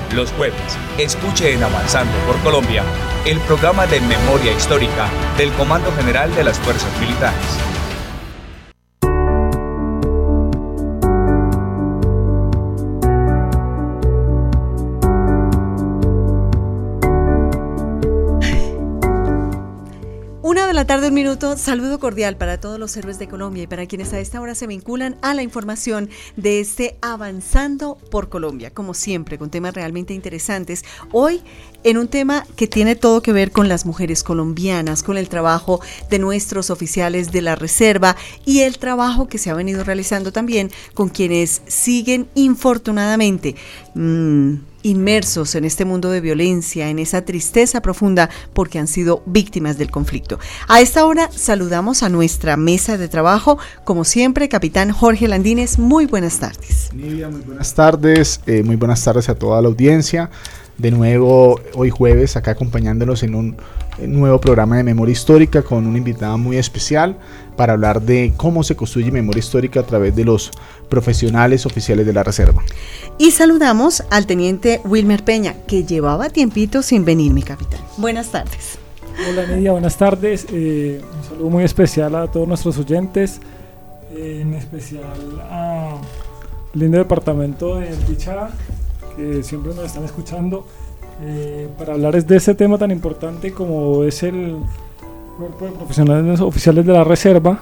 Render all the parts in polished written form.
Los jueves, escuche en Avanzando por Colombia el programa de memoria histórica del Comando General de las Fuerzas Militares. La tarde, un minuto. Saludo cordial para todos los héroes de Colombia y para quienes a esta hora se vinculan a la información de este Avanzando por Colombia, como siempre, con temas realmente interesantes. Hoy, en un tema que tiene todo que ver con las mujeres colombianas, con el trabajo de nuestros oficiales de la Reserva y el trabajo que se ha venido realizando también con quienes siguen infortunadamente inmersos en este mundo de violencia, en esa tristeza profunda porque han sido víctimas del conflicto. A esta hora saludamos a nuestra mesa de trabajo, como siempre, capitán Jorge Landines. Muy buenas tardes. Nidia, muy buenas tardes a toda la audiencia. De nuevo, hoy jueves, acá acompañándonos en un nuevo programa de memoria histórica con una invitada muy especial para hablar de cómo se construye memoria histórica a través de los profesionales oficiales de la Reserva. Y saludamos al teniente Wilmer Peña, que llevaba tiempito sin venir, mi capitán. Buenas tardes. Hola Nidia, buenas tardes. Un saludo muy especial a todos nuestros oyentes, en especial al lindo departamento de Bichada, que siempre nos están escuchando, para hablarles de este tema tan importante como es el cuerpo de profesionales oficiales de la Reserva,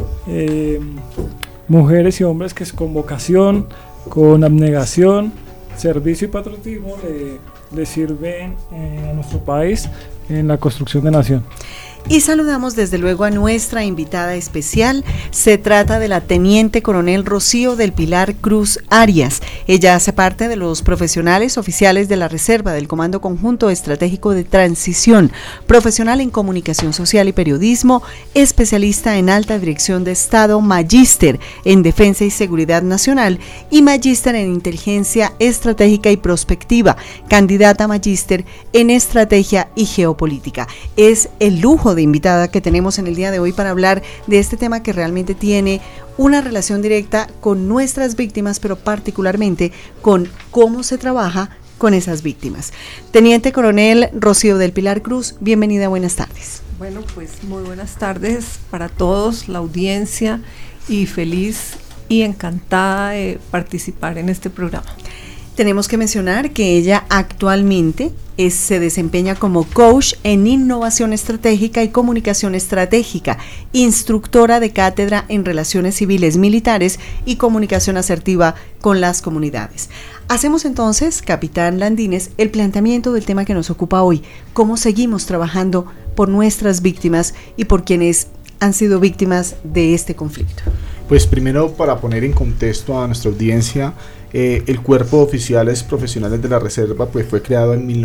mujeres y hombres que con vocación, con abnegación, servicio y patriotismo le sirven a nuestro país en la construcción de nación. Y saludamos desde luego a nuestra invitada especial. Se trata de la teniente coronel Rocío del Pilar Cruz Arias. Ella hace parte de los profesionales oficiales de la Reserva del Comando Conjunto Estratégico de Transición, profesional en comunicación social y periodismo, especialista en alta dirección de Estado, magíster en defensa y seguridad nacional y magíster en inteligencia estratégica y prospectiva, candidata a magíster en estrategia y geopolítica. Es el lujo de invitada que tenemos en el día de hoy para hablar de este tema que realmente tiene una relación directa con nuestras víctimas, pero particularmente con cómo se trabaja con esas víctimas. Teniente coronel Rocío del Pilar Cruz, bienvenida, buenas tardes. Bueno, pues muy buenas tardes para todos, la audiencia, y feliz y encantada de participar en este programa. Tenemos que mencionar que ella actualmente se desempeña como coach en innovación estratégica y comunicación estratégica, instructora de cátedra en relaciones civiles militares y comunicación asertiva con las comunidades. Hacemos entonces, capitán Landines, el planteamiento del tema que nos ocupa hoy: cómo seguimos trabajando por nuestras víctimas y por quienes han sido víctimas de este conflicto. Pues primero, para poner en contexto a nuestra audiencia, el Cuerpo de Oficiales Profesionales de la Reserva pues fue creado en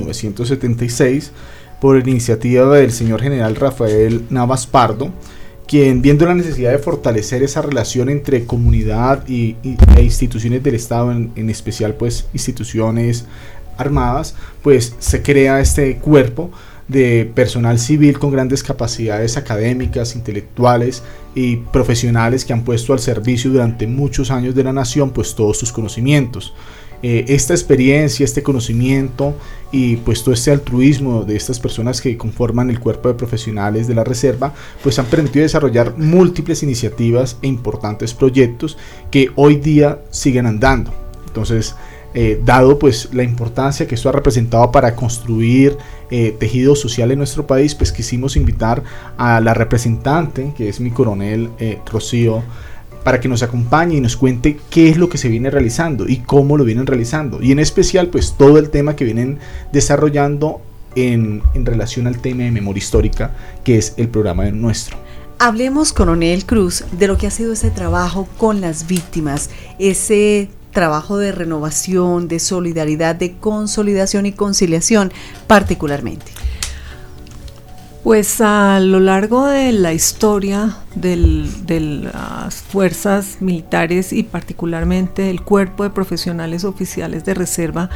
1976 por iniciativa del señor general Rafael Navas Pardo, quien, viendo la necesidad de fortalecer esa relación entre comunidad e instituciones del Estado, en especial pues instituciones armadas, pues se crea este cuerpo de personal civil con grandes capacidades académicas, intelectuales y profesionales que han puesto al servicio durante muchos años de la nación pues todos sus conocimientos. Esta experiencia, este conocimiento y pues todo este altruismo de estas personas que conforman el cuerpo de profesionales de la Reserva pues han permitido desarrollar múltiples iniciativas e importantes proyectos que hoy día siguen andando. Entonces, dado pues la importancia que esto ha representado para construir tejido social en nuestro país, pues quisimos invitar a la representante, que es mi coronel Rocío, para que nos acompañe y nos cuente qué es lo que se viene realizando y cómo lo vienen realizando, y en especial pues todo el tema que vienen desarrollando en relación al tema de memoria histórica, que es el programa nuestro. Hablemos, coronel Cruz, de lo que ha sido ese trabajo con las víctimas, ese trabajo de renovación, de solidaridad, de consolidación y conciliación particularmente. Pues a lo largo de la historia de las fuerzas militares y particularmente del Cuerpo de Profesionales Oficiales de Reserva,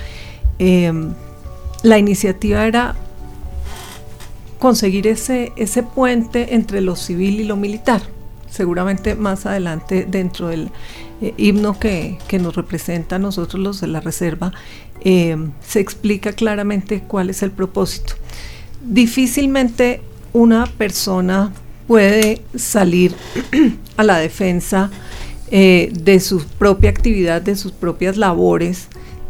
la iniciativa era conseguir ese puente entre lo civil y lo militar, seguramente más adelante dentro del himno que nos representa a nosotros los de la reserva, se explica claramente cuál es el propósito. Difícilmente una persona puede salir a la defensa de su propia actividad, de sus propias labores,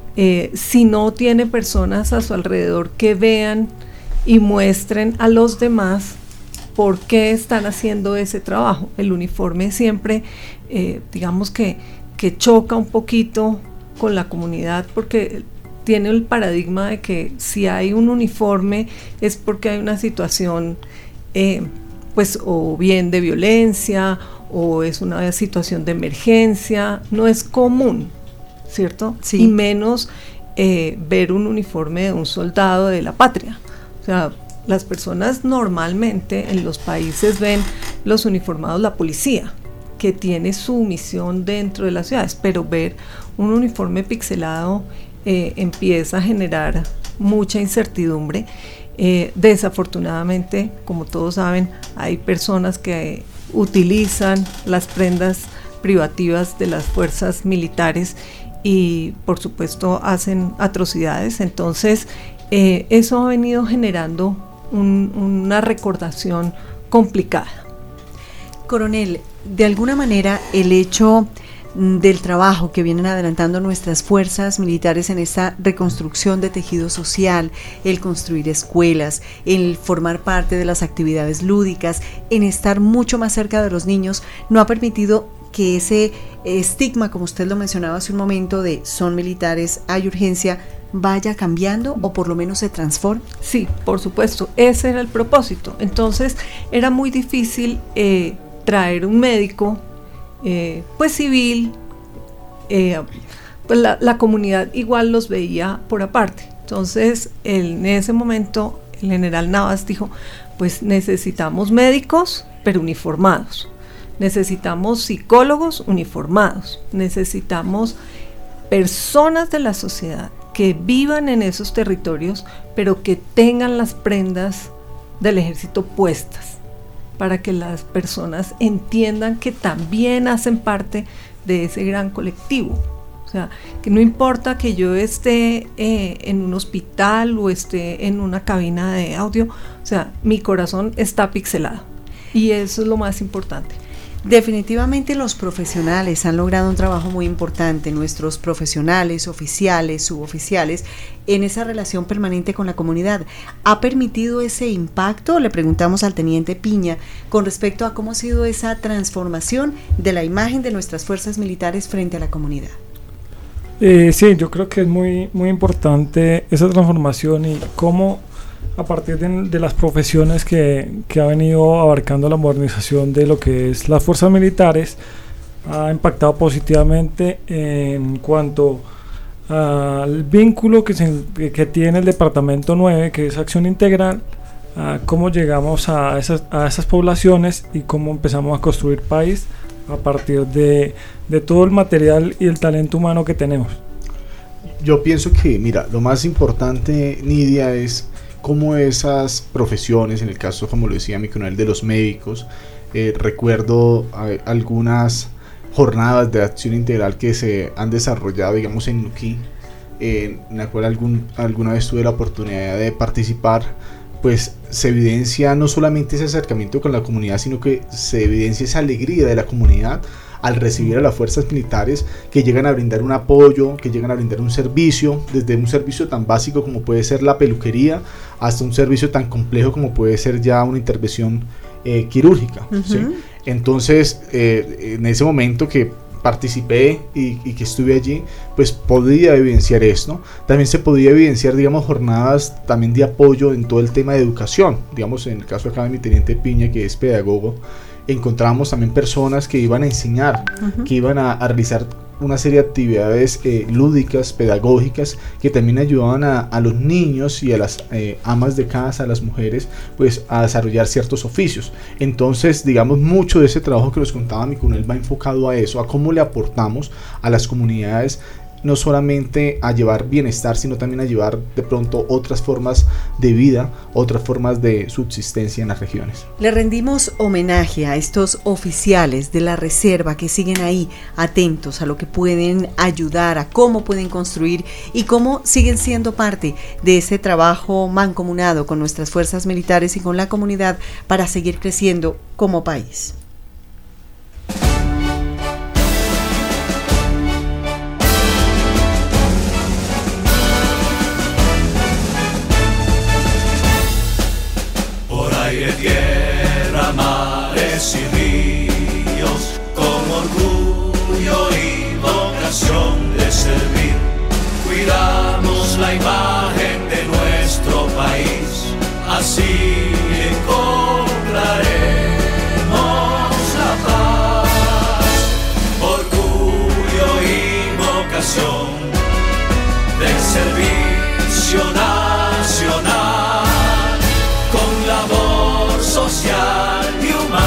si no tiene personas a su alrededor que vean y muestren a los demás por qué están haciendo ese trabajo. El uniforme siempre, digamos que choca un poquito con la comunidad, porque tiene el paradigma de que si hay un uniforme es porque hay una situación, pues o bien de violencia o es una situación de emergencia. No es común, ¿cierto? Sí. Y menos ver un uniforme de un soldado de la patria. O sea, las personas normalmente en los países ven los uniformados, la policía, que tiene su misión dentro de las ciudades, pero ver un uniforme pixelado empieza a generar mucha incertidumbre. Desafortunadamente, como todos saben, hay personas que utilizan las prendas privativas de las fuerzas militares y por supuesto hacen atrocidades. Entonces eso ha venido generando una recordación complicada. Coronel, de alguna manera el hecho del trabajo que vienen adelantando nuestras fuerzas militares en esta reconstrucción de tejido social, el construir escuelas, el formar parte de las actividades lúdicas, en estar mucho más cerca de los niños, no ha permitido que ese estigma, como usted lo mencionaba hace un momento, de son militares, hay urgencia, vaya cambiando o por lo menos se transforme. Sí, por supuesto, ese era el propósito. Entonces era muy difícil traer un médico pues civil, pues la comunidad igual los veía por aparte. Entonces en ese momento el general Navas dijo, pues necesitamos médicos pero uniformados, necesitamos psicólogos uniformados, necesitamos personas de la sociedad que vivan en esos territorios pero que tengan las prendas del ejército puestas, para que las personas entiendan que también hacen parte de ese gran colectivo. O sea, que no importa que yo esté en un hospital o esté en una cabina de audio, o sea, mi corazón está pixelado. Y eso es lo más importante. Definitivamente los profesionales han logrado un trabajo muy importante, nuestros profesionales, oficiales, suboficiales, en esa relación permanente con la comunidad. ¿Ha permitido ese impacto? Le preguntamos al teniente Piña con respecto a cómo ha sido esa transformación de la imagen de nuestras fuerzas militares frente a la comunidad. Sí, yo creo que es muy, muy importante esa transformación y cómo a partir de las profesiones que ha venido abarcando la modernización de lo que es las fuerzas militares, ha impactado positivamente en cuanto al vínculo que tiene el Departamento 9, que es Acción Integral, a cómo llegamos a esas poblaciones y cómo empezamos a construir país a partir de todo el material y el talento humano que tenemos. Yo pienso que, mira, lo más importante, Nidia, es cómo esas profesiones, en el caso, como lo decía mi coronel, de los médicos, recuerdo algunas jornadas de acción integral que se han desarrollado, digamos, en Nuquí, en la cual alguna vez tuve la oportunidad de participar. Pues se evidencia no solamente ese acercamiento con la comunidad, sino que se evidencia esa alegría de la comunidad al recibir a las fuerzas militares, que llegan a brindar un apoyo, que llegan a brindar un servicio, desde un servicio tan básico como puede ser la peluquería, hasta un servicio tan complejo como puede ser ya una intervención quirúrgica. ¿Sí? Entonces, en ese momento que participé y que estuve allí, pues podía evidenciar esto. También se podía evidenciar, digamos, jornadas también de apoyo en todo el tema de educación. Digamos, en el caso acá de mi teniente Piña, que es pedagogo, encontramos también personas que iban a enseñar, que iban a realizar una serie de actividades lúdicas, pedagógicas, que también ayudaban a los niños y a las amas de casa, a las mujeres, pues a desarrollar ciertos oficios. Entonces, digamos, mucho de ese trabajo que nos contaba mi coronel va enfocado a eso, a cómo le aportamos a las comunidades no solamente a llevar bienestar, sino también a llevar de pronto otras formas de vida, otras formas de subsistencia en las regiones. Le rendimos homenaje a estos oficiales de la reserva que siguen ahí atentos a lo que pueden ayudar, a cómo pueden construir y cómo siguen siendo parte de ese trabajo mancomunado con nuestras fuerzas militares y con la comunidad para seguir creciendo como país. De tierra, mares y ríos, con orgullo y vocación de servir, cuidamos la imagen de nuestro país, así encontraremos la paz, orgullo y vocación del servicio nacional, con labor social y humanitaria.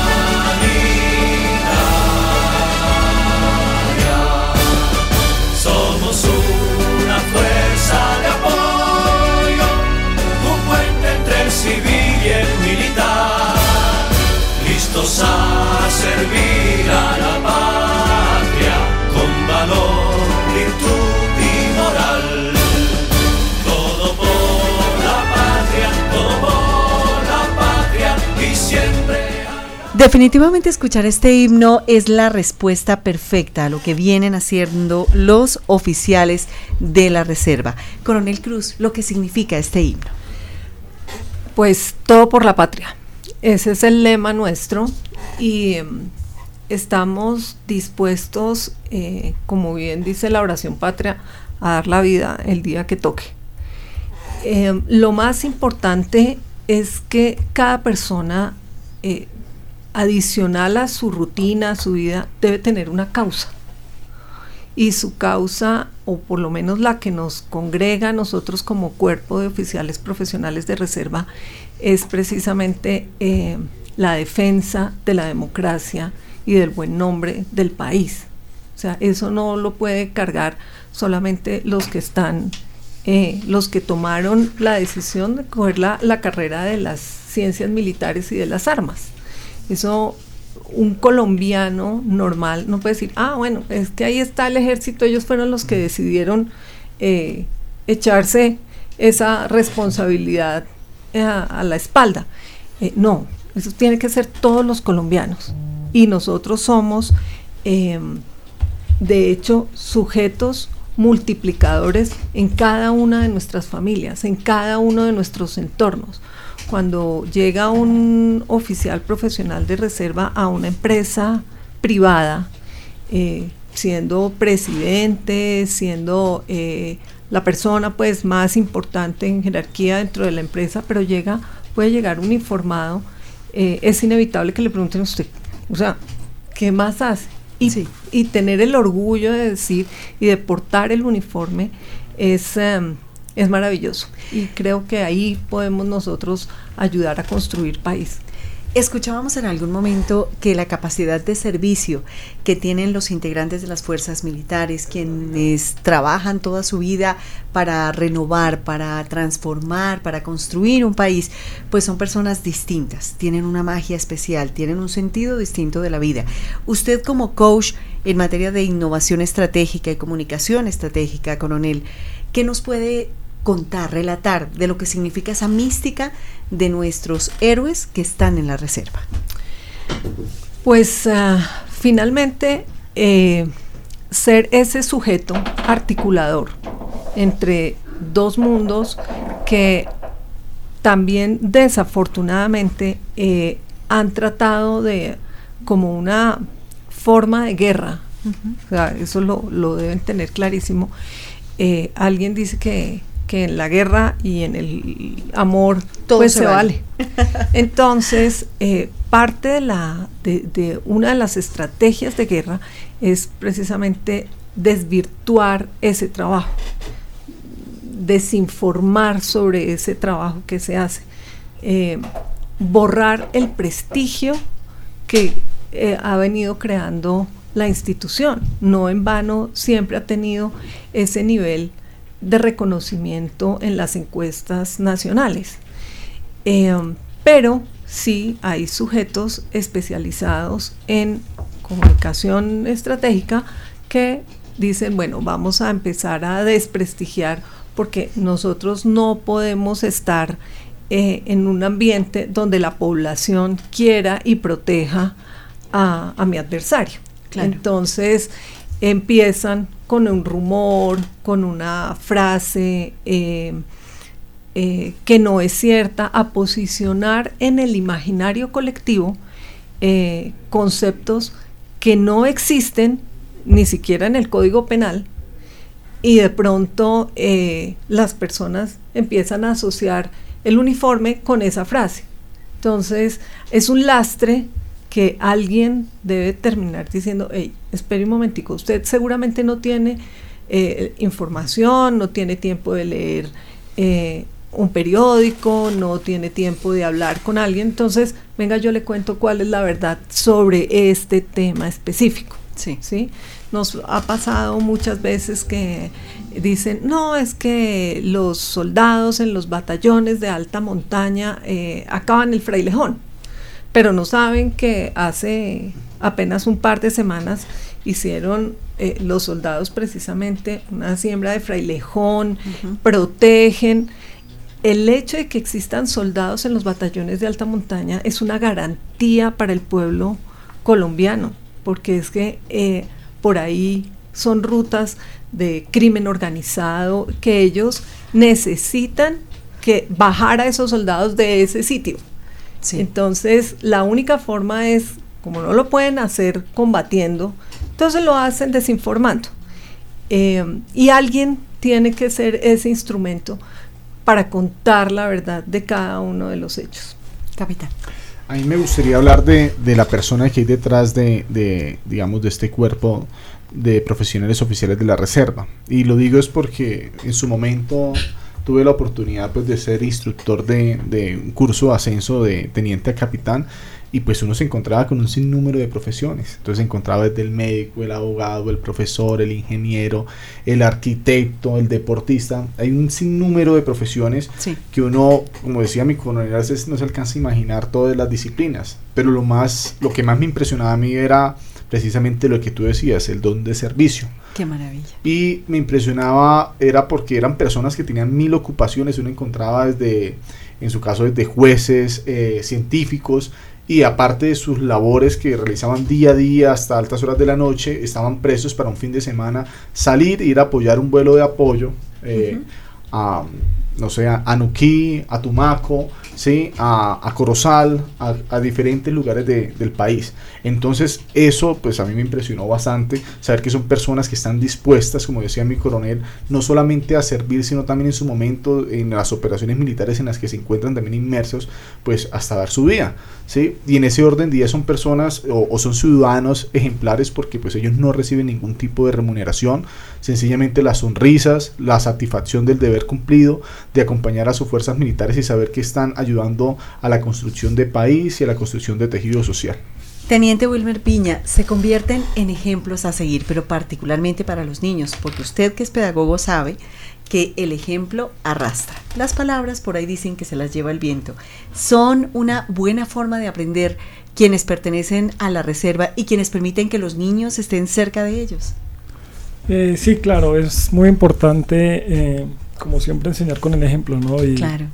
Somos una fuerza de apoyo, un puente entre el civil y el militar, listos a servir a la patria con valor, virtud y moral. Todo por la patria, todo por la patria y siempre. Definitivamente escuchar este himno es la respuesta perfecta a lo que vienen haciendo los oficiales de la reserva. Coronel Cruz, lo que significa este himno. Pues todo por la patria. Ese es el lema nuestro y estamos dispuestos, como bien dice la oración patria, a dar la vida el día que toque. Lo más importante es que cada persona, adicional a su rutina, a su vida, debe tener una causa. Y su causa, o por lo menos la que nos congrega a nosotros como cuerpo de oficiales profesionales de reserva, es precisamente la defensa de la democracia y del buen nombre del país. O sea, eso no lo puede cargar solamente los que están, los que tomaron la decisión de coger la carrera de las ciencias militares y de las armas. Eso un colombiano normal no puede decir, bueno, es que ahí está el ejército, ellos fueron los que decidieron echarse esa responsabilidad a la espalda. No, eso tiene que ser todos los colombianos. Y nosotros somos, de hecho, sujetos multiplicadores en cada una de nuestras familias, en cada uno de nuestros entornos. Cuando llega un oficial profesional de reserva a una empresa privada, siendo presidente, siendo la persona pues más importante en jerarquía dentro de la empresa, pero puede llegar uniformado, es inevitable que le pregunten a usted, o sea, ¿qué más hace? Y tener el orgullo de decir y de portar el uniforme es maravilloso, y creo que ahí podemos nosotros ayudar a construir país. Escuchábamos en algún momento que la capacidad de servicio que tienen los integrantes de las fuerzas militares, quienes trabajan toda su vida para renovar, para transformar, para construir un país, pues son personas distintas, tienen una magia especial, tienen un sentido distinto de la vida. Usted como coach en materia de innovación estratégica y comunicación estratégica, coronel, ¿qué nos puede contar, relatar de lo que significa esa mística de nuestros héroes que están en la reserva? Pues finalmente ser ese sujeto articulador entre dos mundos que también desafortunadamente han tratado de como una forma de guerra. O sea, eso lo deben tener clarísimo. Alguien dice que en la guerra y en el amor todo pues se vale. Entonces, parte de una de las estrategias de guerra es precisamente desvirtuar ese trabajo, desinformar sobre ese trabajo que se hace, borrar el prestigio que ha venido creando la institución. No en vano siempre ha tenido ese nivel de reconocimiento en las encuestas nacionales. Pero sí hay sujetos especializados en comunicación estratégica que dicen, bueno, vamos a empezar a desprestigiar porque nosotros no podemos estar en un ambiente donde la población quiera y proteja a mi adversario. Claro. Entonces empiezan con un rumor, con una frase que no es cierta, a posicionar en el imaginario colectivo conceptos que no existen ni siquiera en el Código Penal, y de pronto las personas empiezan a asociar el uniforme con esa frase. Entonces es un lastre que alguien debe terminar diciendo, hey, espere un momentico, usted seguramente no tiene información, no tiene tiempo de leer un periódico, no tiene tiempo de hablar con alguien, entonces venga, yo le cuento cuál es la verdad sobre este tema específico. Sí. ¿Sí? Nos ha pasado muchas veces que dicen, no, es que los soldados en los batallones de alta montaña acaban el frailejón, pero no saben que hace apenas un par de semanas hicieron los soldados precisamente una siembra de frailejón, protegen. El hecho de que existan soldados en los batallones de alta montaña es una garantía para el pueblo colombiano, porque es que por ahí son rutas de crimen organizado que ellos necesitan que bajar a esos soldados de ese sitio. Sí. Entonces la única forma es, como no lo pueden hacer combatiendo, entonces lo hacen desinformando. Y alguien tiene que ser ese instrumento para contar la verdad de cada uno de los hechos. Capitán. A mí me gustaría hablar de la persona que hay detrás digamos, de este cuerpo de profesionales oficiales de la Reserva. Y lo digo es porque en su momento tuve la oportunidad pues de ser instructor de un curso de ascenso de teniente a capitán, y pues uno se encontraba con un sinnúmero de profesiones. Entonces se encontraba desde el médico, el abogado, el profesor, el ingeniero, el arquitecto, el deportista. Hay un sinnúmero de profesiones que uno, como decía mi coronel, a veces no se alcanza a imaginar todas las disciplinas. Pero lo que más me impresionaba a mí era precisamente lo que tú decías, el don de servicio. ¡Qué maravilla! Y me impresionaba era porque eran personas que tenían 1000 ocupaciones. Uno encontraba en su caso, desde jueces, científicos, y aparte de sus labores que realizaban día a día hasta altas horas de la noche, estaban presos para un fin de semana salir e ir a apoyar un vuelo de apoyo a Nuquí, a Tumaco, ¿sí? a Corozal, a diferentes lugares del país. Entonces eso pues a mí me impresionó bastante, saber que son personas que están dispuestas, como decía mi coronel, no solamente a servir, sino también en su momento en las operaciones militares en las que se encuentran también inmersos, pues hasta dar su vida, ¿sí? Y en ese orden de día son personas o son ciudadanos ejemplares, porque pues ellos no reciben ningún tipo de remuneración, sencillamente las sonrisas, la satisfacción del deber cumplido, de acompañar a sus fuerzas militares y saber que están ayudando a la construcción de país y a la construcción de tejido social. Teniente Wilmer Piña, se convierten en ejemplos a seguir, pero particularmente para los niños, porque usted que es pedagogo sabe que el ejemplo arrastra. Las palabras por ahí dicen que se las lleva el viento. Son una buena forma de aprender quienes pertenecen a la Reserva y quienes permiten que los niños estén cerca de ellos. Sí, claro, es muy importante, como siempre, enseñar con el ejemplo, ¿no? Y claro,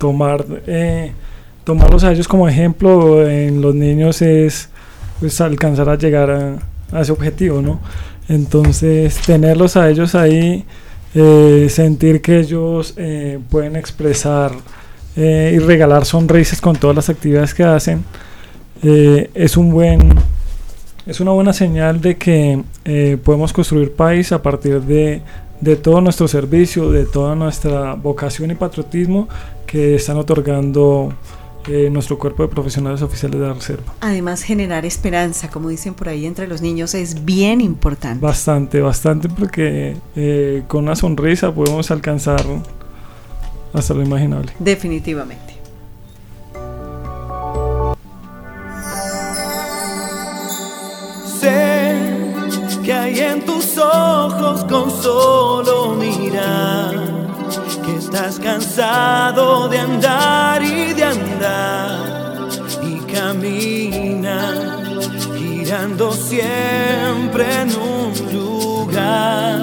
tomarlos a ellos como ejemplo en los niños es pues alcanzar a llegar a ese objetivo, ¿no? Entonces tenerlos a ellos ahí, sentir que ellos pueden expresar y regalar sonrisas con todas las actividades que hacen, es una buena señal de que podemos construir país a partir de todo nuestro servicio, de toda nuestra vocación y patriotismo que están otorgando nuestro cuerpo de profesionales oficiales de la Reserva. Además, generar esperanza, como dicen por ahí, entre los niños es bien importante. Bastante, porque con una sonrisa podemos alcanzar hasta lo imaginable. Definitivamente. Sé tus ojos con solo mirar, que estás cansado de andar y de andar, y camina girando siempre en un lugar.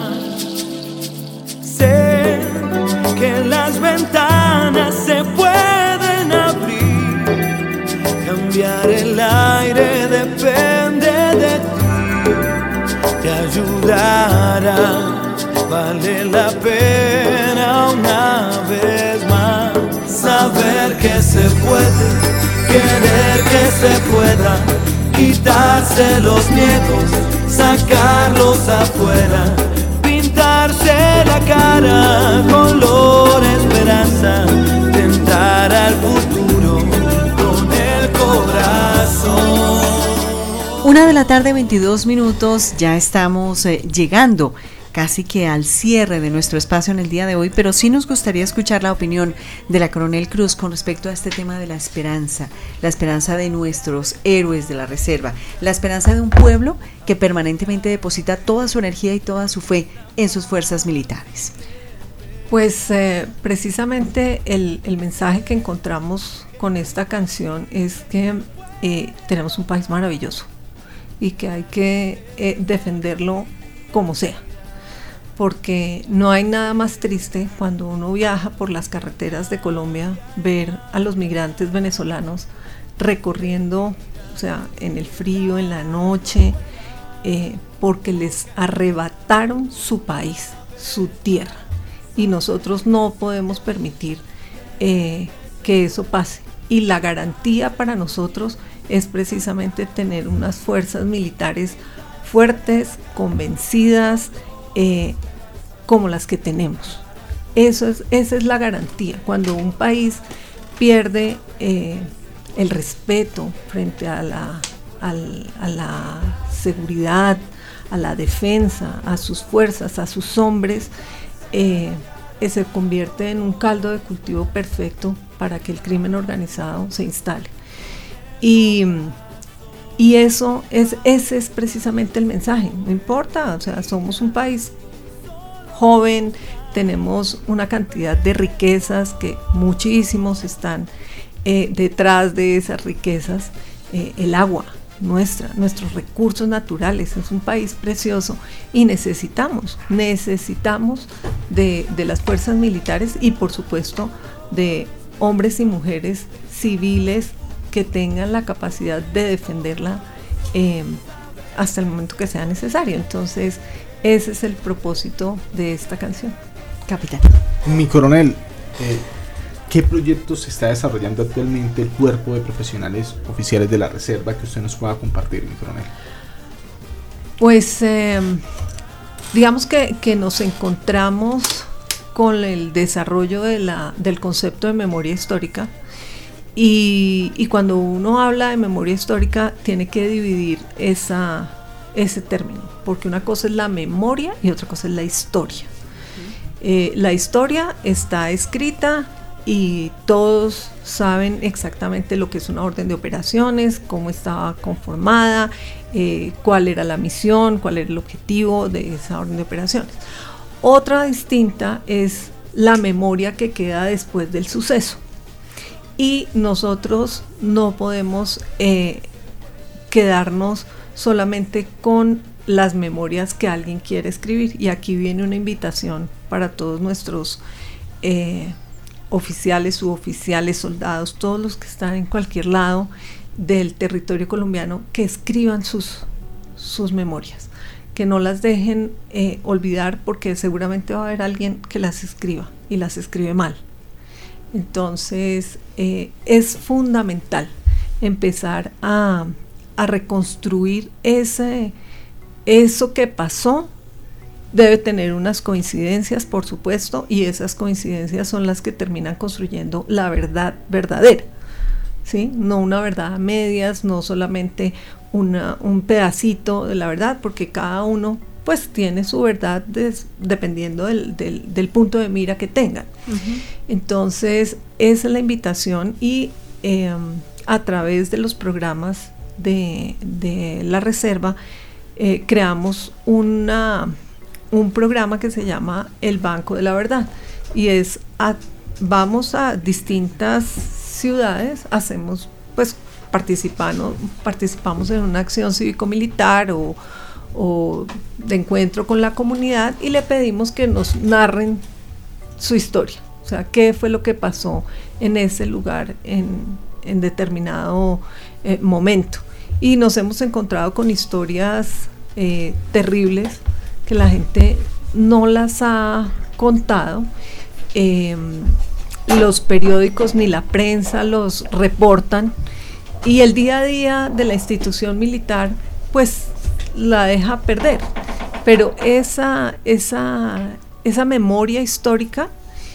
Sé que las ventanas se pueden abrir, cambiar el aire depende de ti, te ayudará, vale la pena una vez más saber que se puede, querer que se pueda, quitarse los miedos, sacarlos afuera, pintarse la cara color esperanza, tentar al futuro con el corazón. 1:22 p.m, ya estamos llegando casi que al cierre de nuestro espacio en el día de hoy, pero sí nos gustaría escuchar la opinión de la Coronel Cruz con respecto a este tema de la esperanza de nuestros héroes de la reserva, la esperanza de un pueblo que permanentemente deposita toda su energía y toda su fe en sus fuerzas militares. Pues precisamente el mensaje que encontramos con esta canción es que tenemos un país maravilloso y que hay que defenderlo como sea, porque no hay nada más triste cuando uno viaja por las carreteras de Colombia, ver a los migrantes venezolanos recorriendo, o sea, en el frío, en la noche, porque les arrebataron su país, su tierra, y nosotros no podemos permitir que eso pase. Y la garantía para nosotros es precisamente tener unas fuerzas militares fuertes, convencidas, como las que tenemos. Esa es la garantía. Cuando un país pierde el respeto frente a la seguridad, a la defensa, a sus fuerzas, a sus hombres, se convierte en un caldo de cultivo perfecto para que el crimen organizado se instale. Y ese es precisamente el mensaje. No importa, o sea, somos un país joven, tenemos una cantidad de riquezas que muchísimos están detrás de esas riquezas. El agua nuestros recursos naturales, es un país precioso y necesitamos de las fuerzas militares y por supuesto de hombres y mujeres civiles que tengan la capacidad de defenderla hasta el momento que sea necesario. Entonces ese es el propósito de esta canción. Capitán. Mi coronel, ¿qué proyectos se está desarrollando actualmente el cuerpo de profesionales oficiales de la reserva que usted nos pueda compartir, mi coronel? Pues digamos que nos encontramos con el desarrollo del concepto de memoria histórica. Y cuando uno habla de memoria histórica tiene que dividir ese término, porque una cosa es la memoria y otra cosa es la historia. La historia está escrita y todos saben exactamente lo que es una orden de operaciones, cómo estaba conformada, cuál era la misión, cuál era el objetivo de esa orden de operaciones. Otra distinta es la memoria que queda después del suceso. Y nosotros no podemos quedarnos solamente con las memorias que alguien quiere escribir. Y aquí viene una invitación para todos nuestros oficiales, suboficiales, soldados, todos los que están en cualquier lado del territorio colombiano, que escriban sus memorias, que no las dejen olvidar, porque seguramente va a haber alguien que las escriba y las escribe mal. Entonces es fundamental empezar a reconstruir eso que pasó. Debe tener unas coincidencias, por supuesto, y esas coincidencias son las que terminan construyendo la verdad verdadera, ¿sí? No una verdad a medias, no solamente un pedacito de la verdad, porque cada uno pues tiene su verdad dependiendo del punto de mira que tengan. Uh-huh. Entonces esa es la invitación, y a través de los programas de la reserva creamos un programa que se llama el Banco de la Verdad, y vamos a distintas ciudades, hacemos pues participamos en una acción cívico-militar o de encuentro con la comunidad, y le pedimos que nos narren su historia, o sea, qué fue lo que pasó en ese lugar en determinado momento. Y nos hemos encontrado con historias terribles que la gente no las ha contado. Los periódicos ni la prensa los reportan, y el día a día de la institución militar pues la deja perder. Pero esa memoria histórica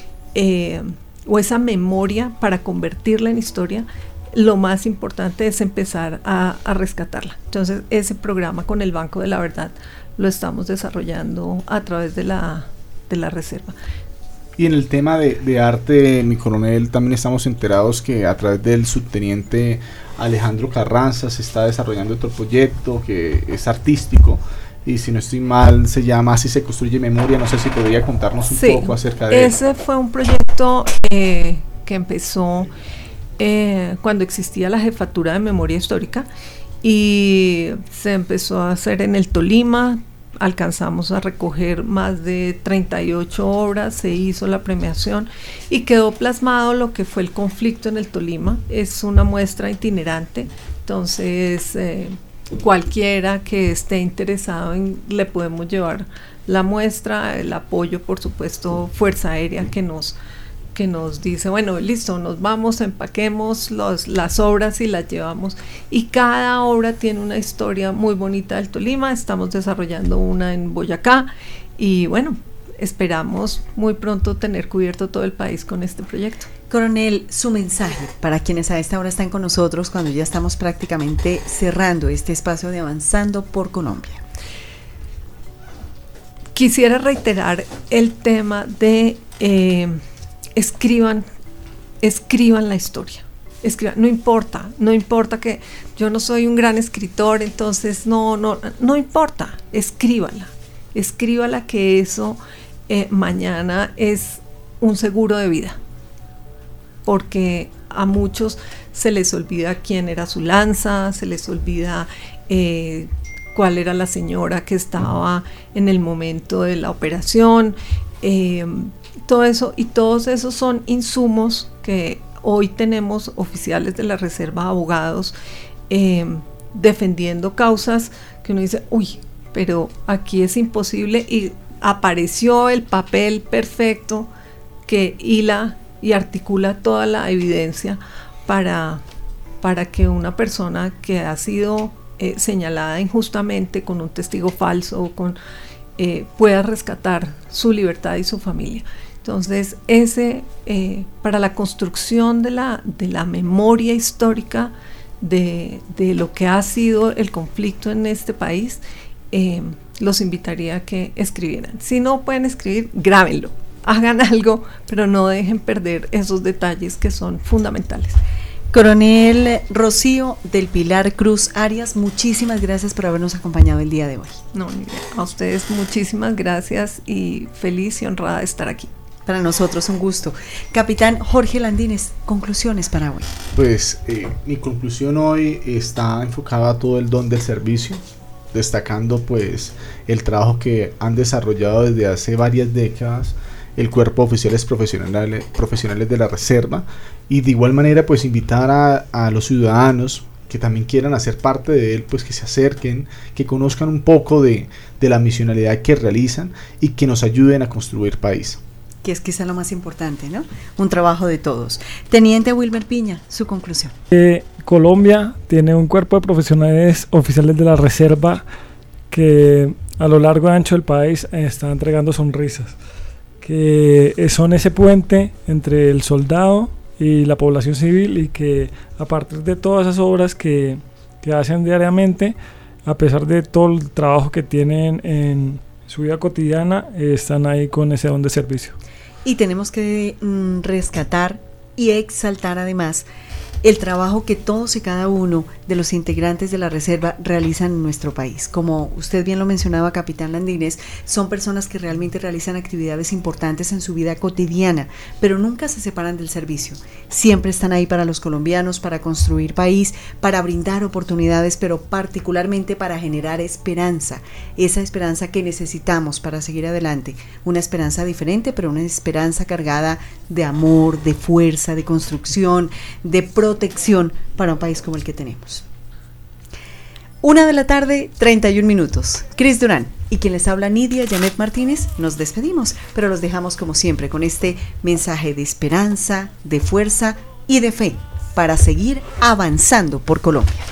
o esa memoria, para convertirla en historia, lo más importante es empezar a rescatarla. Entonces ese programa con el Banco de la Verdad lo estamos desarrollando a través de la reserva. Y en el tema de arte, mi coronel, también estamos enterados que a través del subteniente Alejandro Carranza se está desarrollando otro proyecto que es artístico, y si no estoy mal se llama Así se construye memoria. No sé si podría contarnos un poco acerca de ese. Fue un proyecto que empezó cuando existía la Jefatura de Memoria Histórica, y se empezó a hacer en el Tolima. Alcanzamos a recoger más de 38 obras, se hizo la premiación y quedó plasmado lo que fue el conflicto en el Tolima. Es una muestra itinerante, entonces cualquiera que esté interesado le podemos llevar la muestra. El apoyo, por supuesto, Fuerza Aérea, que nos dice, bueno, listo, nos vamos, empaquemos las obras y las llevamos, y cada obra tiene una historia muy bonita del Tolima. Estamos desarrollando una en Boyacá, y bueno, esperamos muy pronto tener cubierto todo el país con este proyecto. Coronel, su mensaje para quienes a esta hora están con nosotros, cuando ya estamos prácticamente cerrando este espacio de Avanzando por Colombia. Quisiera reiterar el tema de escriban la historia. No importa que yo no soy un gran escritor, entonces no importa, escríbala, que eso mañana es un seguro de vida, porque a muchos se les olvida quién era su lanza, se les olvida cuál era la señora que estaba en el momento de la operación. Todo eso, y todos esos son insumos que hoy tenemos oficiales de la reserva, abogados, defendiendo causas que uno dice, uy, pero aquí es imposible, y apareció el papel perfecto que hila y articula toda la evidencia para que una persona que ha sido señalada injustamente con un testigo falso pueda rescatar su libertad y su familia. Entonces, para la construcción de la memoria histórica de lo que ha sido el conflicto en este país, los invitaría a que escribieran. Si no pueden escribir, grábenlo, hagan algo, pero no dejen perder esos detalles que son fundamentales. Coronel Rocío del Pilar Cruz Arias, muchísimas gracias por habernos acompañado el día de hoy. No, a ustedes muchísimas gracias, y feliz y honrada de estar aquí. Para nosotros un gusto. Capitán Jorge Landines, conclusiones para hoy. Pues mi conclusión hoy está enfocada a todo el don del servicio, destacando pues el trabajo que han desarrollado desde hace varias décadas el cuerpo de oficiales profesionales de la reserva, y de igual manera pues invitar a los ciudadanos que también quieran hacer parte de él, pues que se acerquen, que conozcan un poco de la misionalidad que realizan y que nos ayuden a construir país. Que es quizá lo más importante, ¿no? Un trabajo de todos. Teniente Wilmer Piña, su conclusión. Colombia tiene un cuerpo de profesionales oficiales de la reserva que a lo largo y ancho del país está entregando sonrisas, que son ese puente entre el soldado y la población civil, y que a partir de todas esas obras que hacen diariamente, a pesar de todo el trabajo que tienen en su vida cotidiana, están ahí con ese don de servicio. Y tenemos que rescatar y exaltar además el trabajo que todos y cada uno de los integrantes de la Reserva realizan en nuestro país. Como usted bien lo mencionaba, capitán Landines, son personas que realmente realizan actividades importantes en su vida cotidiana, pero nunca se separan del servicio. Siempre están ahí para los colombianos, para construir país, para brindar oportunidades, pero particularmente para generar esperanza, esa esperanza que necesitamos para seguir adelante, una esperanza diferente, pero una esperanza cargada de amor, de fuerza, de construcción, de protección para un país como el que tenemos. 1:31 p.m. Cris Durán y quien les habla, Nidia Janet Martínez, nos despedimos, pero los dejamos como siempre con este mensaje de esperanza, de fuerza y de fe para seguir avanzando por Colombia.